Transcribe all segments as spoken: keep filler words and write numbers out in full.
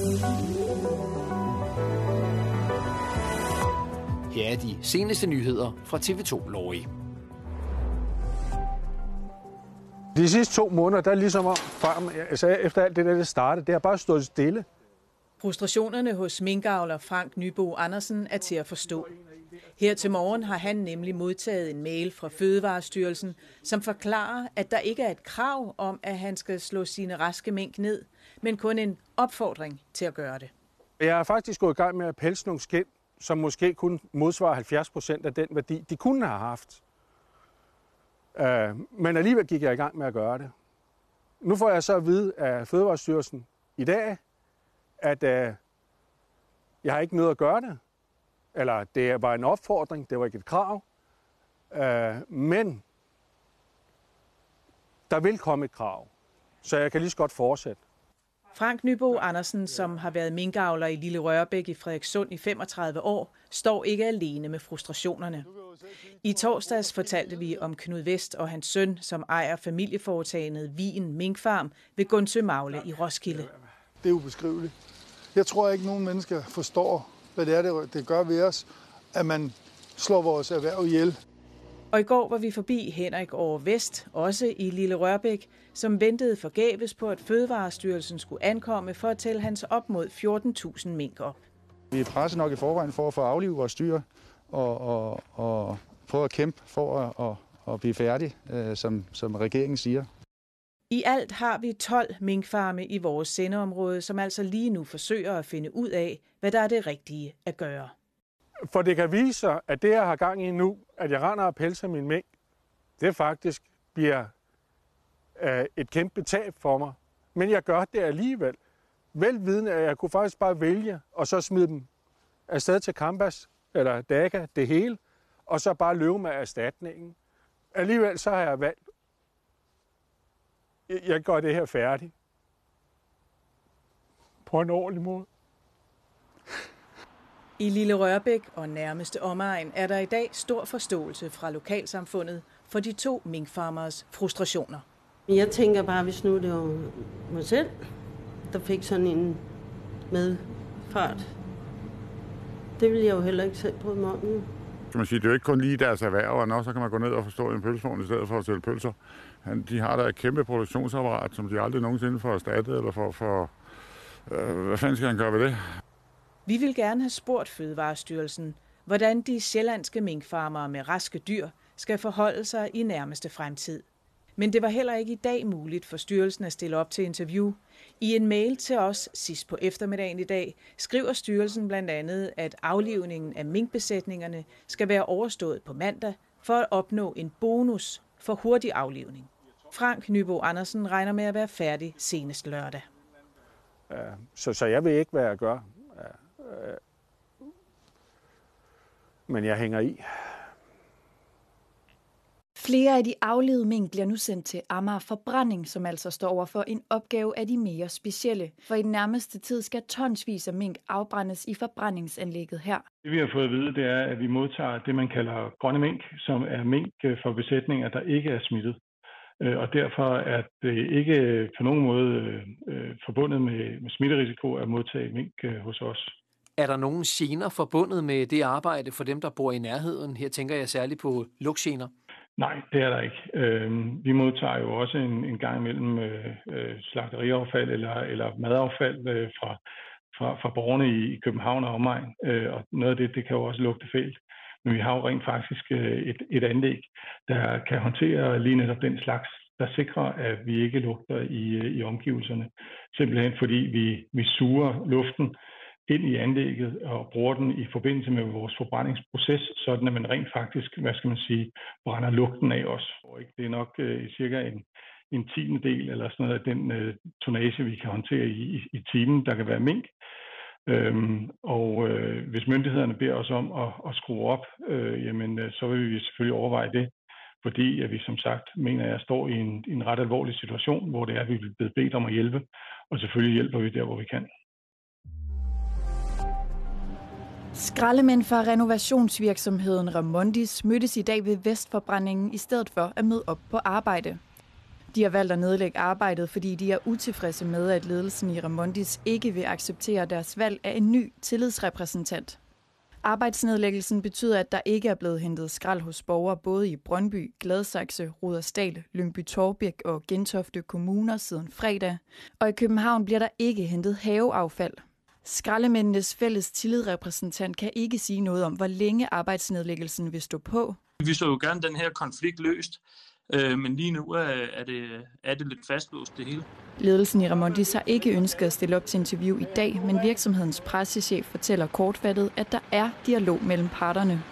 Her er de seneste nyheder fra T V to Lorry. De sidste to måneder, der er ligesom om, altså efter alt det der, det startede, det har bare stået stille. Frustrationerne hos minkavler Frank Nybo Andersen er til at forstå. Her til morgen har han nemlig modtaget en mail fra Fødevarestyrelsen, som forklarer, at der ikke er et krav om, at han skal slå sine raske mink ned, men kun en opfordring til at gøre det. Jeg har faktisk gået i gang med at pelse nogle skind, som måske kun modsvarer halvfjerds procent af den værdi, de kunne have haft. Men alligevel gik jeg i gang med at gøre det. Nu får jeg så at vide af Fødevarestyrelsen i dag, at jeg har ikke noget at gøre det. Eller det var en opfordring, det var ikke et krav. Men der vil komme et krav, så jeg kan lige så godt fortsætte. Frank Nybo Andersen, som har været minkavler i Lille Rørbæk i Frederikssund i femogtredive år, står ikke alene med frustrationerne. I torsdags fortalte vi om Knud Vest og hans søn, som ejer familieforetagendet Wien Minkfarm ved Gundsø Magle i Roskilde. Det er ubeskriveligt. Jeg tror ikke, nogen mennesker forstår, hvad det er, det gør ved os, at man slår vores erhverv ihjel. Og i går var vi forbi Henrik Aare Vest, også i Lille Rørbæk, som ventede forgæves på, at Fødevarestyrelsen skulle ankomme for at tælle hans op mod fjorten tusind mink op. Vi er presset nok i forvejen for at få aflivet vores dyr og, og, og prøve at kæmpe for at, at, at blive færdig, som, som regeringen siger. I alt har vi tolv minkfarme i vores sendeområde, som altså lige nu forsøger at finde ud af, hvad der er det rigtige at gøre. For det kan vise sig, at det, jeg har gang i nu, at jeg render og pelser min mink, det faktisk bliver øh, et kæmpe tab for mig. Men jeg gør det alligevel. Velvidende, at jeg kunne faktisk bare vælge, og så smide dem afsted til Kambas, eller Daga, det hele, og så bare løbe med erstatningen. Alligevel så har jeg valgt, jeg gør det her færdigt. På en ordentlig måde. I Lille Rørbæk og nærmeste omegn er der i dag stor forståelse fra lokalsamfundet for de to minkfarmers frustrationer. Jeg tænker bare, hvis nu det var mig selv, der fik sådan en medfart. Det ville jeg jo heller ikke selv på morgenen. Kan man sige, det er jo ikke kun lige deres erhverv, og nok så kan man gå ned og forstå en pølsevogn i stedet for at sælge pølser. De har da et kæmpe produktionsapparat, som de aldrig nogensinde får erstattet, eller for, for øh, hvad fanden skal han gøre ved det? Vi vil gerne have spurgt Fødevarestyrelsen, hvordan de sjællandske minkfarmere med raske dyr skal forholde sig i nærmeste fremtid. Men det var heller ikke i dag muligt for styrelsen at stille op til interview. I en mail til os sidst på eftermiddagen i dag skriver styrelsen blandt andet, at aflivningen af minkbesætningerne skal være overstået på mandag for at opnå en bonus for hurtig aflivning. Frank Nybo Andersen regner med at være færdig senest lørdag. Så, så jeg ved ikke, hvad jeg gør. Men jeg hænger i. Flere af de aflivede mink bliver nu sendt til Amager Forbrænding, som altså står over for en opgave af de mere specielle. For i den nærmeste tid skal tonsvis af mink afbrændes i forbrændingsanlægget her. Det vi har fået at vide, det er, at vi modtager det, man kalder grønne mink, som er mink for besætninger, der ikke er smittet. Og derfor er det ikke på nogen måde forbundet med, med smitterisiko at modtage mink hos os. Er der nogen gener forbundet med det arbejde for dem, der bor i nærheden? Her tænker jeg særligt på lugtgener. Nej, det er der ikke. Vi modtager jo også en, en gang imellem slagteriaffald eller, eller madaffald fra, fra, fra borgerne i København og omegn. Og noget af det, det kan jo også lugte fælt. Men vi har jo rent faktisk et, et anlæg, der kan håndtere lige netop den slags, der sikrer, at vi ikke lugter i, i omgivelserne. Simpelthen fordi vi, vi suger luften ind i anlægget og bruger den i forbindelse med vores forbrændingsproces, sådan at man rent faktisk, hvad skal man sige, brænder lugten af os. Det er nok uh, cirka en, en tiende del eller sådan noget af den uh, tonnage, vi kan håndtere i, i, i timen, der kan være mink. Øhm, og øh, hvis myndighederne beder os om at, at skrue op, øh, jamen, øh, så vil vi selvfølgelig overveje det, fordi at vi som sagt mener, at jeg står i en, i en ret alvorlig situation, hvor det er, at vi er blevet bedt om at hjælpe, og selvfølgelig hjælper vi der, hvor vi kan. Skraldemænd fra renovationsvirksomheden Ramondis mødtes i dag ved Vestforbrændingen i stedet for at møde op på arbejde. De har valgt at nedlægge arbejdet, fordi de er utilfredse med, at ledelsen i Remondis ikke vil acceptere deres valg af en ny tillidsrepræsentant. Arbejdsnedlæggelsen betyder, at der ikke er blevet hentet skrald hos borgere både i Brøndby, Gladsaxe, Rudersdal, Lyngby-Taarbæk og Gentofte kommuner siden fredag. Og i København bliver der ikke hentet haveaffald. Skraldemændenes fælles tillidsrepræsentant kan ikke sige noget om, hvor længe arbejdsnedlæggelsen vil stå på. Vi så jo gerne den her konflikt løst, men lige nu er det, er det lidt fastlåst det hele. Ledelsen i Remondis har ikke ønsket at stille op til interview i dag, men virksomhedens pressechef fortæller kortfattet, at der er dialog mellem parterne.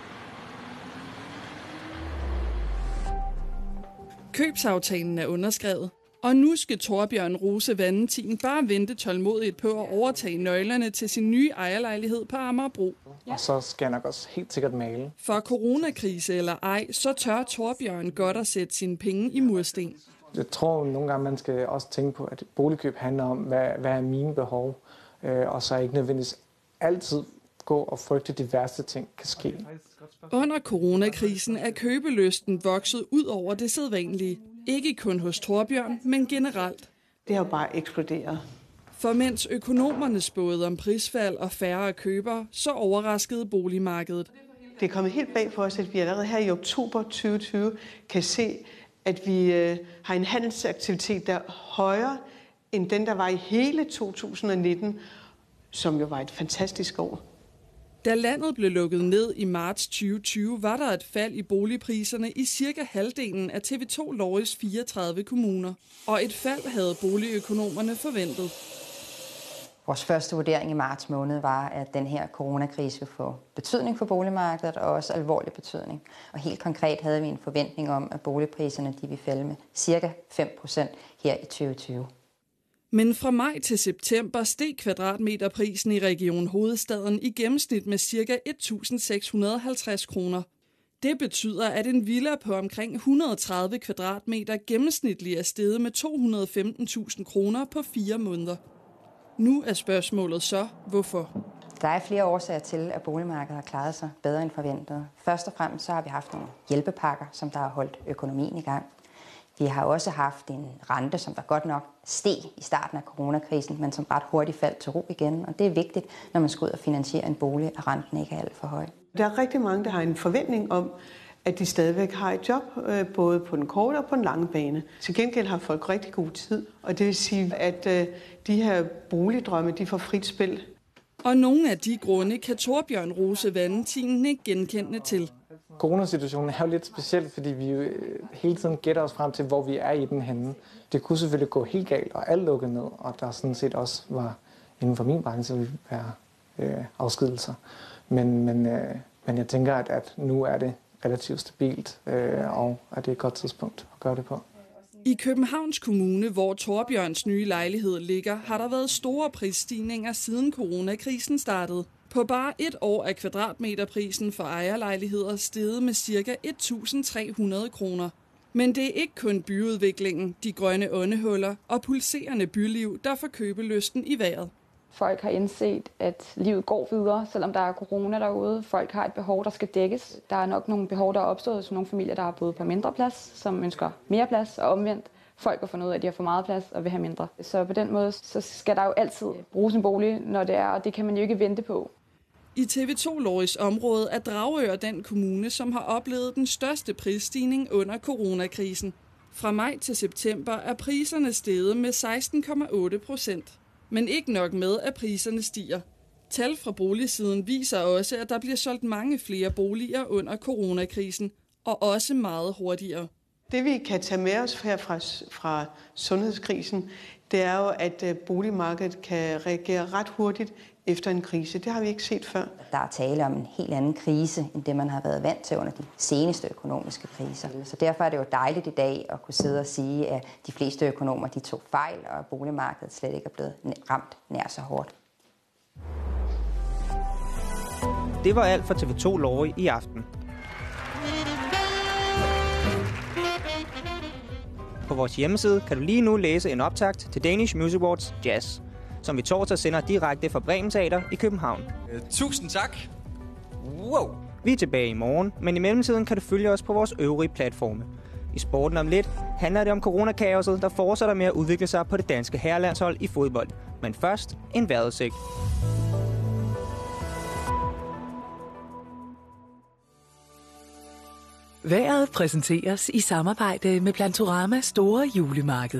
Købsaftalen er underskrevet, og nu skal Torbjørn Rose Valentin bare vente tålmodigt på at overtage nøglerne til sin nye ejerlejlighed på Amagerbro. Ja. Og så skal jeg nok også helt sikkert male. For coronakrise eller ej, så tør Torbjørn godt at sætte sine penge i mursten. Jeg tror nogle gange, man skal også tænke på, at boligkøb handler om, hvad, hvad er mine behov, øh, og så ikke nødvendigvis altid gå og frygte, de værste ting kan ske. Under coronakrisen er købelysten vokset ud over det sædvanlige. Ikke kun hos Torbjørn, men generelt. Det har jo bare eksploderet. For mens økonomerne spåede om prisfald og færre købere, så overraskede boligmarkedet. Det er kommet helt bag for os, at vi allerede her i oktober tyve tyve kan se, at vi øh, har en handelsaktivitet, der er højere end den, der var i hele to tusind nitten, som jo var et fantastisk år. Da landet blev lukket ned i marts tyve tyve, var der et fald i boligpriserne i cirka halvdelen af T V to Loris fireogtredive kommuner. Og et fald havde boligøkonomerne forventet. Vores første vurdering i marts måned var, at den her coronakrise vil få betydning for boligmarkedet og også alvorlig betydning. Og helt konkret havde vi en forventning om, at boligpriserne de vil falde med cirka fem procent her i tyve tyve. Men fra maj til september steg kvadratmeterprisen i Region Hovedstaden i gennemsnit med ca. et tusind seks hundrede og halvtreds kroner. Det betyder, at en villa på omkring et hundrede og tredive kvadratmeter gennemsnitligt er steget med to hundrede og femten tusind kroner på fire måneder. Nu er spørgsmålet så, hvorfor? Der er flere årsager til, at boligmarkedet har klaret sig bedre end forventet. Først og fremmest så har vi haft nogle hjælpepakker, som der har holdt økonomien i gang. Vi har også haft en rente, som der godt nok steg i starten af coronakrisen, men som ret hurtigt faldt til ro igen. Og det er vigtigt, når man skal ud og finansiere en bolig, at renten ikke er alt for høj. Der er rigtig mange, der har en forventning om, at de stadigvæk har et job, både på den korte og på den lange bane. Til gengæld har folk rigtig god tid, og det vil sige, at de her boligdrømme, de får frit spil. Og nogle af de grunde kan Torbjørn Rose Valentin ikke genkende til. Coronasituationen er jo lidt speciel, fordi vi jo hele tiden gætter os frem til, hvor vi er i den henne. Det kunne selvfølgelig gå helt galt, og alt lukket ned, og der sådan set også var inden for min branche ville være øh, afskedelser. Men, men, øh, men jeg tænker, at, at nu er det relativt stabilt, øh, og at det er et godt tidspunkt at gøre det på. I Københavns Kommune, hvor Torbjørns nye lejlighed ligger, har der været store prisstigninger siden coronakrisen startede. På bare et år er kvadratmeterprisen for ejerlejligheder steget med ca. et tusind tre hundrede kroner. Men det er ikke kun byudviklingen, de grønne åndehuller og pulserende byliv, der får købelysten i vejret. Folk har indset, at livet går videre, selvom der er corona derude. Folk har et behov, der skal dækkes. Der er nok nogle behov, der er opstået hos nogle familier, der har boet på mindre plads, som ønsker mere plads, og omvendt. Folk har fundet ud af, at de har for meget plads og vil have mindre. Så på den måde så skal der jo altid bruges en bolig, når det er, og det kan man jo ikke vente på. I T V to Loris område er Dragør den kommune, som har oplevet den største prisstigning under coronakrisen. Fra maj til september er priserne steget med seksten komma otte procent. Men ikke nok med, at priserne stiger. Tal fra boligsiden viser også, at der bliver solgt mange flere boliger under coronakrisen, og også meget hurtigere. Det vi kan tage med os her fra, fra sundhedskrisen, det er jo, at boligmarkedet kan reagere ret hurtigt efter en krise. Det har vi ikke set før. Der er tale om en helt anden krise, end det man har været vant til under de seneste økonomiske kriser. Så derfor er det jo dejligt i dag at kunne sidde og sige, at de fleste økonomer de tog fejl, og at boligmarkedet slet ikke er blevet ramt nær så hårdt. Det var alt for T V to Lorry i aften. På vores hjemmeside kan du lige nu læse en optakt til Danish Music Awards Jazz, som vi torsdag sender direkte fra Bremen Teater i København. Tusind tak. Wow. Vi er tilbage i morgen, men i mellemtiden kan du følge os på vores øvrige platforme. I sporten om lidt handler det om coronakaoset, der fortsætter med at udvikle sig på det danske herrelandshold i fodbold. Men først en vejrudsigt. Vejret præsenteres i samarbejde med Plantorama Store Julemarked.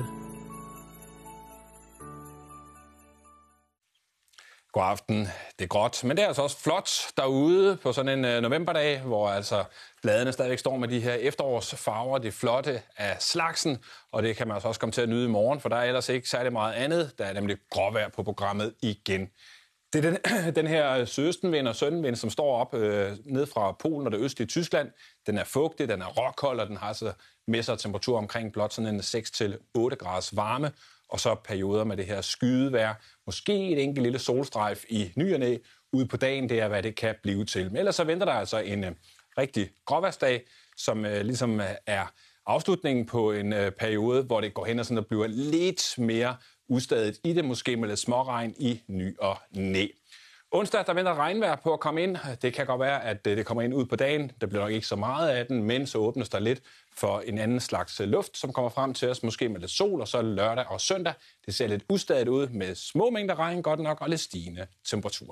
God aften. Det er gråt, men det er altså også flot derude på sådan en novemberdag, hvor altså bladene stadigvæk står med de her efterårsfarver, det flotte af slagsen, og det kan man altså også komme til at nyde i morgen, for der er ellers ikke særlig meget andet. Der er nemlig gråvejr på programmet igen. Det er den, den her sydøstenvind og søndenvind, som står op øh, ned fra Polen og det østlige Tyskland. Den er fugtig, den er råkold, og den har altså med sig temperatur omkring blot sådan en seks til otte graders varme. Og så perioder med det her skydevejr. Måske et enkelt lille solstrejf i ny og næ ude på dagen. Det er, hvad det kan blive til. Men ellers så venter der altså en øh, rigtig gråvejrsdag, som øh, ligesom er afslutningen på en øh, periode, hvor det går hen og sådan, der bliver lidt mere udstadigt i det, måske med lidt småregn i ny og næ. Onsdag, der venter regnvejr på at komme ind. Det kan godt være, at det kommer ind ud på dagen. Der bliver nok ikke så meget af den, men så åbnes der lidt for en anden slags luft, som kommer frem til os, måske med lidt sol, og så lørdag og søndag. Det ser lidt ustadigt ud med små mængder regn, godt nok, og lidt stigende temperaturer.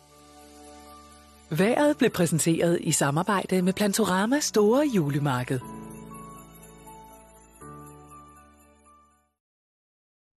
Vejret blev præsenteret i samarbejde med Plantorama Store Julemarked.